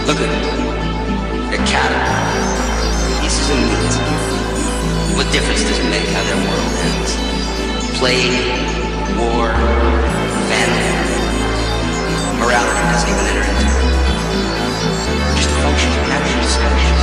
Look at them. They're cattle. Pieces of meat. What difference does it make how their world ends? Plague, war, famine. Morality doesn't even enter into it. Just functions of natural selection.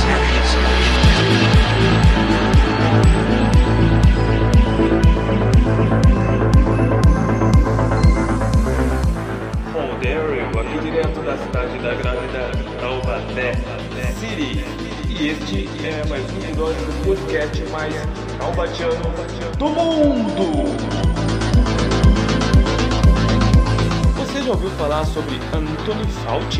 Aqui direto da cidade da grávida Taubaté City. E este é mais um episódio do podcast mais taubatiano do mundo. Você já ouviu falar sobre Anthony Fauci?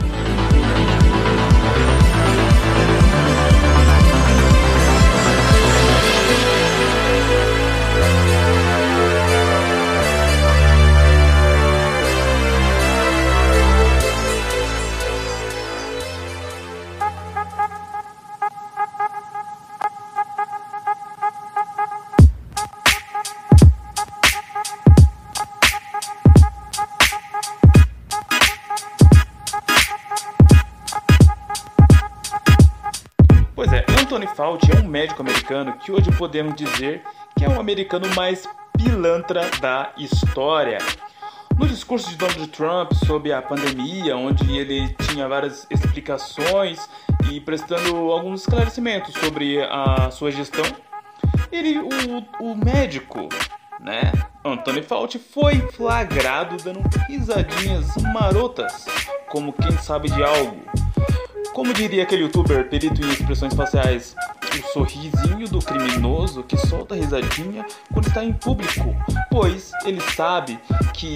Anthony Fauci é um médico americano que hoje podemos dizer que é o americano mais pilantra da história. No discurso de Donald Trump sobre a pandemia, onde ele tinha várias explicações e prestando alguns esclarecimentos sobre a sua gestão, o médico, Anthony Fauci, foi flagrado dando risadinhas marotas, como quem sabe de algo. Como diria aquele youtuber perito em expressões faciais, o sorrisinho do criminoso que solta risadinha quando está em público, pois ele sabe que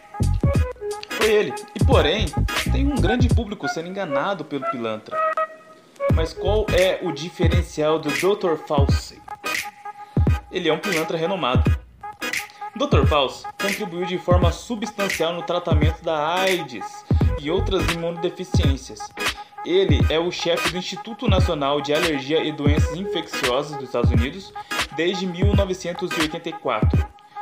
foi ele. E porém, tem um grande público sendo enganado pelo pilantra. Mas qual é o diferencial do Dr. Fauci? Ele é um pilantra renomado. Dr. Fauci contribuiu de forma substancial no tratamento da AIDS e outras imunodeficiências. Ele é o chefe do Instituto Nacional de Alergia e Doenças Infecciosas dos Estados Unidos desde 1984.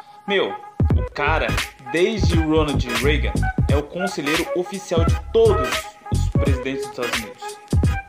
O cara, desde Ronald Reagan, é o conselheiro oficial de todos os presidentes dos Estados Unidos.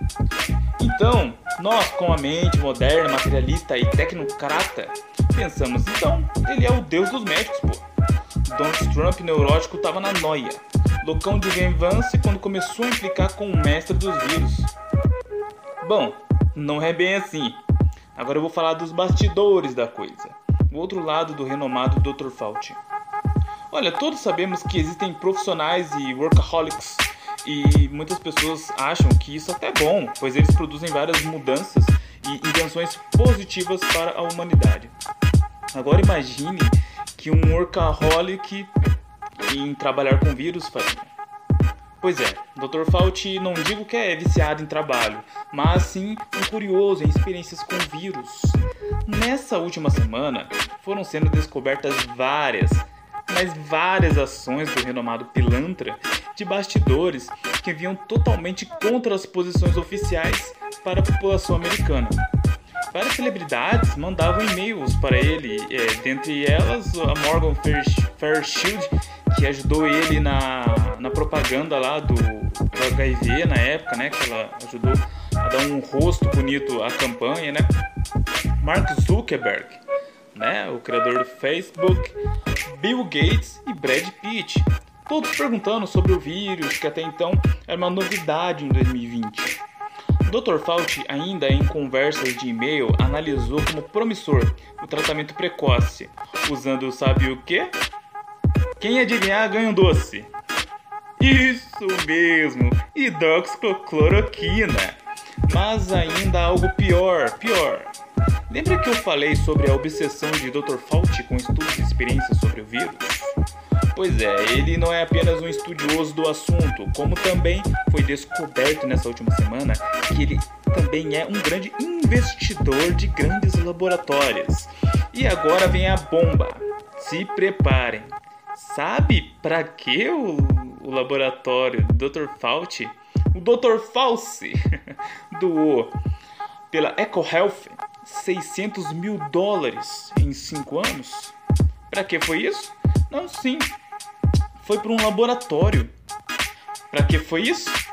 Então, nós com a mente moderna, materialista e tecnocrata, pensamos, ele é o deus dos médicos, Donald Trump, neurótico, tava na noia. Loucão de vengança quando começou a implicar com o mestre dos vírus. Bom, não é bem assim. Agora eu vou falar dos bastidores da coisa. O outro lado do renomado Dr. Fauci. Olha, todos sabemos que existem profissionais e workaholics. E muitas pessoas acham que isso até é bom, pois eles produzem várias mudanças e invenções positivas para a humanidade. Agora imagine que um workaholic em trabalhar com vírus faria. Pois é, Dr. Fauci não digo que é viciado em trabalho, mas sim um curioso em experiências com vírus. Nessa última semana, foram sendo descobertas várias ações do renomado pilantra de bastidores que vinham totalmente contra as posições oficiais para a população americana. Várias celebridades mandavam e-mails para ele, dentre elas a Morgan Fairchild, que ajudou ele na propaganda lá do HIV na época, que ela ajudou a dar um rosto bonito à campanha, Mark Zuckerberg, o criador do Facebook, Bill Gates e Brad Pitt, todos perguntando sobre o vírus, que até então era uma novidade em 2020. Dr. Fauci, ainda em conversas de e-mail, analisou como promissor o tratamento precoce, usando sabe o quê? Quem adivinhar ganha um doce. Isso mesmo, hidroxicloroquina. Mas ainda algo pior. Lembra que eu falei sobre a obsessão de Dr. Fauci com estudos e experiências sobre o vírus? Pois é, ele não é apenas um estudioso do assunto, como também foi descoberto nessa última semana que ele também é um grande investidor de grandes laboratórios. E agora vem a bomba. Se preparem. Sabe para que o laboratório do Dr. Fauci, o Dr. Fauci, doou pela EcoHealth $600 mil em 5 anos? Para que foi isso? Não, sim. Foi para um laboratório. Para que foi isso?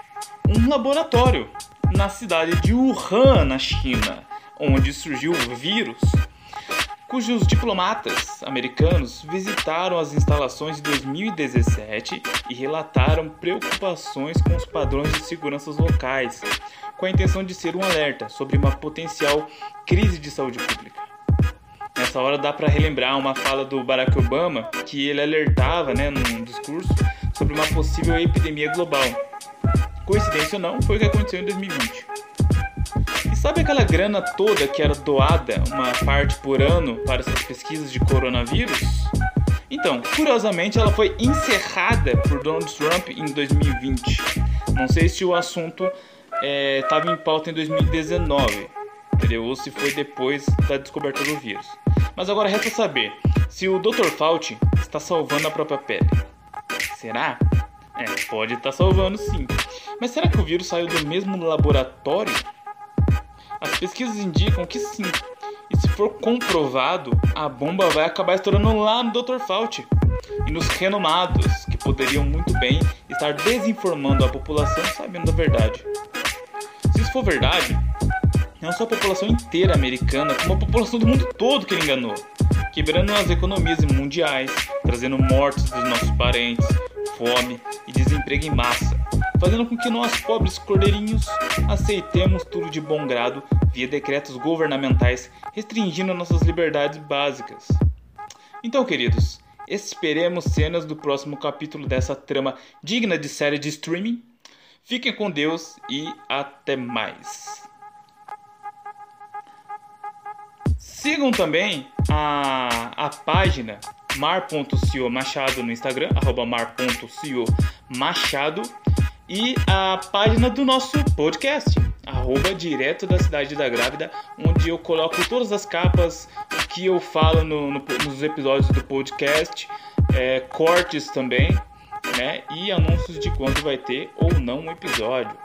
um laboratório na cidade de Wuhan, na China, onde surgiu o vírus, cujos diplomatas americanos visitaram as instalações em 2017 e relataram preocupações com os padrões de segurança locais, com a intenção de ser um alerta sobre uma potencial crise de saúde pública. Nessa hora dá para relembrar uma fala do Barack Obama, que ele alertava, num discurso, sobre uma possível epidemia global. Coincidência ou não, foi o que aconteceu em 2020. E sabe aquela grana toda que era doada, uma parte por ano, para essas pesquisas de coronavírus? Então, curiosamente, ela foi encerrada por Donald Trump em 2020. Não sei se o assunto estava em pauta em 2019, entendeu? Ou se foi depois da descoberta do vírus. Mas agora resta saber se o Dr. Fauci está salvando a própria pele. Será? Pode estar salvando sim. Mas será que o vírus saiu do mesmo laboratório? As pesquisas indicam que sim. E se for comprovado, a bomba vai acabar estourando lá no Dr. Fauci e nos renomados, que poderiam muito bem estar desinformando a população sabendo da verdade. Se isso for verdade, não só a população inteira americana, como a população do mundo todo que ele enganou, quebrando as economias mundiais, trazendo mortes dos nossos parentes, fome e desemprego em massa, fazendo com que nós, pobres cordeirinhos, aceitemos tudo de bom grado via decretos governamentais restringindo nossas liberdades básicas. Então, queridos, esperemos cenas do próximo capítulo dessa trama digna de série de streaming. Fiquem com Deus e até mais. Sigam também a página mar.co Machado no Instagram, @mar.co Machado, e a página do nosso podcast, @direto da cidade da grávida, onde eu coloco todas as capas que eu falo nos episódios do podcast, cortes também, e anúncios de quando vai ter ou não um episódio.